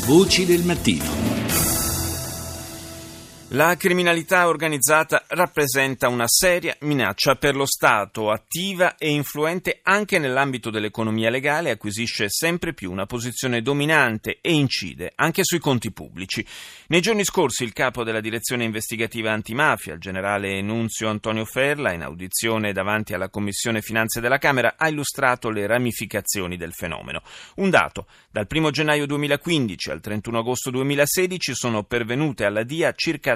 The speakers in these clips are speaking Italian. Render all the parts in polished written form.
Voci del mattino. La criminalità organizzata rappresenta una seria minaccia per lo Stato, attiva e influente anche nell'ambito dell'economia legale, acquisisce sempre più una posizione dominante e incide anche sui conti pubblici. Nei giorni scorsi il capo della direzione investigativa antimafia, il generale Nunzio Antonio Ferla, in audizione davanti alla Commissione Finanze della Camera, ha illustrato le ramificazioni del fenomeno. Un dato: dal 1 gennaio 2015 al 31 agosto 2016 sono pervenute alla DIA circa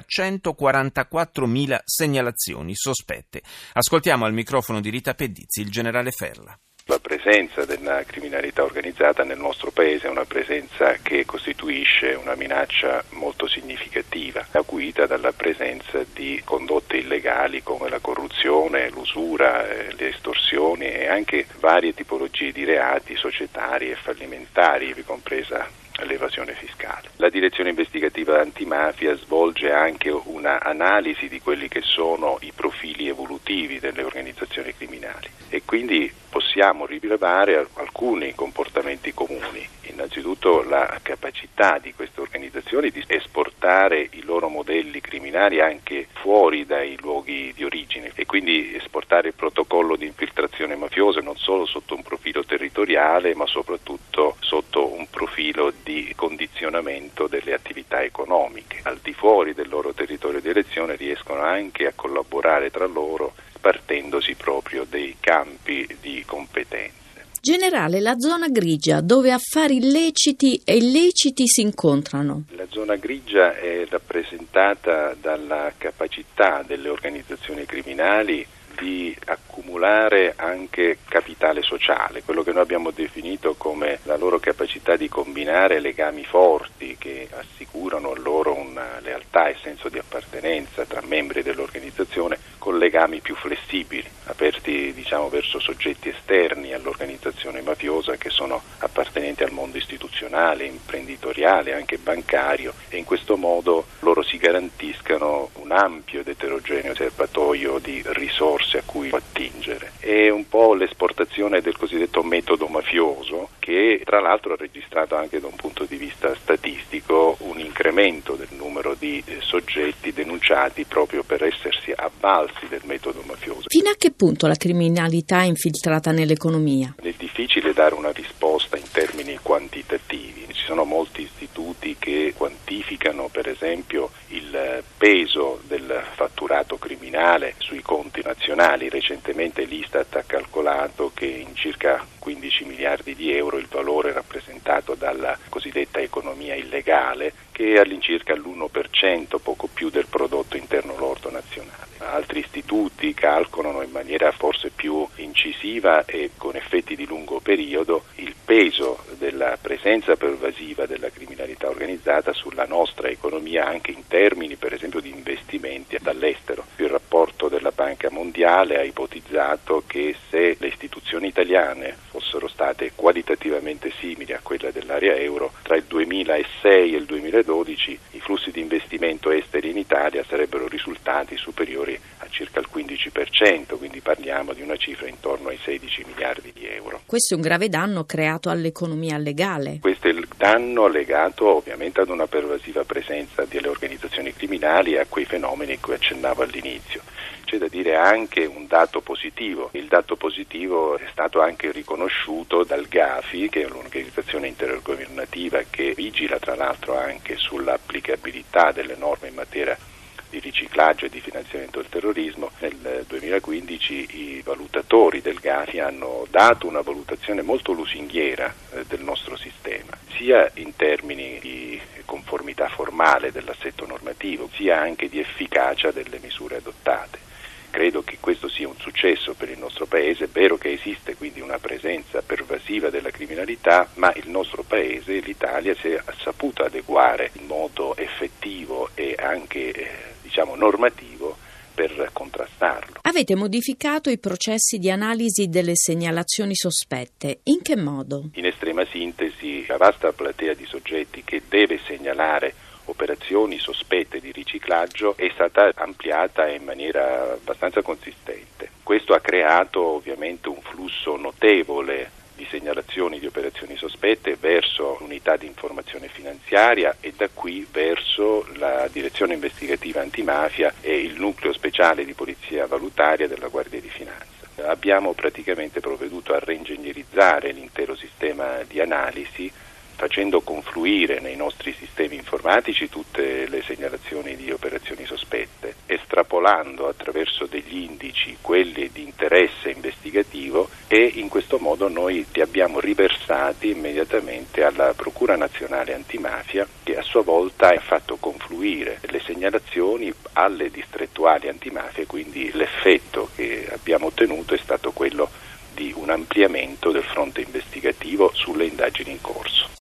144.000 segnalazioni sospette. Ascoltiamo al microfono di Rita Pedizzi il generale Ferla. La presenza della criminalità organizzata nel nostro paese è una presenza che costituisce una minaccia molto significativa, acuita dalla presenza di condotte illegali come la corruzione, l'usura, le estorsioni e anche varie tipologie di reati societari e fallimentari, ivi compresa l'evasione fiscale. La direzione investigativa antimafia svolge anche una analisi di quelli che sono i profili evolutivi delle organizzazioni criminali e quindi possiamo rilevare alcuni comportamenti comuni. Innanzitutto la capacità di queste organizzazioni di esportare i loro modelli criminali anche fuori dai luoghi di origine e quindi esportare il protocollo di infiltrazione mafiosa non solo sotto un profilo territoriale ma soprattutto sotto un profilo di condizionamento delle attività economiche. Al di fuori del loro territorio di elezione riescono anche a collaborare tra loro partendosi proprio dei campi di competenza. Generale, la zona grigia, dove affari illeciti e illeciti si incontrano. La zona grigia è rappresentata dalla capacità delle organizzazioni criminali di accumulare anche capitale sociale, quello che noi abbiamo definito come la loro capacità di combinare legami forti che assicurano a loro una lealtà e senso di appartenenza tra membri dell'organizzazione con legami più flessibili, aperti verso soggetti esterni all'organizzazione mafiosa che sono appartenenti al mondo istituzionale, imprenditoriale, anche bancario e in questo modo loro si garantiscano un ampio ed eterogeneo serbatoio di risorse a cui attingere. È un po' l'esportazione del cosiddetto metodo mafioso che tra l'altro ha registrato anche da un punto di vista statistico un incremento del numero di soggetti denunciati proprio per essersi avvalsi del metodo mafioso. Fino a che punto la criminalità è infiltrata nell'economia? È difficile dare una risposta in termini quantitativi. Ci sono molti istituti che quantificano per esempio il peso del fatturato criminale sui conti nazionali. Recentemente l'Istat ha calcolato che in circa 15 miliardi di euro il valore rappresentato dalla cosiddetta economia illegale, che è all'incirca l'1%, poco più del prodotto interno lordo nazionale. Altri istituti calcolano in maniera forse più incisiva e con effetti di lungo periodo il peso della presenza pervasiva della criminalità organizzata sulla nostra economia anche in termini per esempio di investimenti dall'estero. Il rapporto della Banca Mondiale ha ipotizzato che se le istituzioni italiane fossero state qualitativamente simili a quelle dell'area euro, tra il 2006 e il 2012 i flussi di investimento esteri in Italia sarebbero risultati superiori a circa il 15%, quindi parliamo di una cifra intorno ai 16 miliardi di euro. Questo è un grave danno creato all'economia legale. Questo è il danno legato ovviamente ad una pervasiva presenza delle organizzazioni criminali e a quei fenomeni a cui accennavo all'inizio. C'è da dire anche un dato positivo. Il dato positivo è stato anche riconosciuto dal GAFI, che è un'organizzazione intergovernativa che vigila tra l'altro anche sull'applicabilità delle norme in materia di riciclaggio e di finanziamento del terrorismo. Nel 2015 i valutatori del GAFI hanno dato una valutazione molto lusinghiera del nostro sistema, sia in termini di conformità formale dell'assetto normativo, sia anche di efficacia delle misure adottate. Credo che questo sia un successo per il nostro Paese. È vero che esiste quindi una presenza pervasiva della criminalità, ma il nostro Paese, l'Italia, si è saputo adeguare in modo effettivo e anche normativo per contrastarlo. Avete modificato i processi di analisi delle segnalazioni sospette. In che modo? In estrema sintesi, la vasta platea di soggetti che deve segnalare operazioni sospette di riciclaggio è stata ampliata in maniera abbastanza consistente. Questo ha creato ovviamente un flusso notevole di segnalazioni di operazioni sospette verso l'unità di informazione finanziaria e da qui verso la direzione investigativa antimafia e il nucleo speciale di polizia valutaria della Guardia di Finanza. Abbiamo praticamente provveduto a reingegnerizzare l'intero sistema di analisi, facendo confluire nei nostri sistemi informatici tutte le segnalazioni di operazioni sospette, estrapolando attraverso degli indici quelli di interesse investigativo, e in questo modo noi li abbiamo riversati immediatamente alla Procura Nazionale Antimafia, che a sua volta ha fatto confluire le segnalazioni alle distrettuali antimafia, quindi l'effetto che abbiamo ottenuto è stato quello di un ampliamento del fronte investigativo sulle indagini in corso.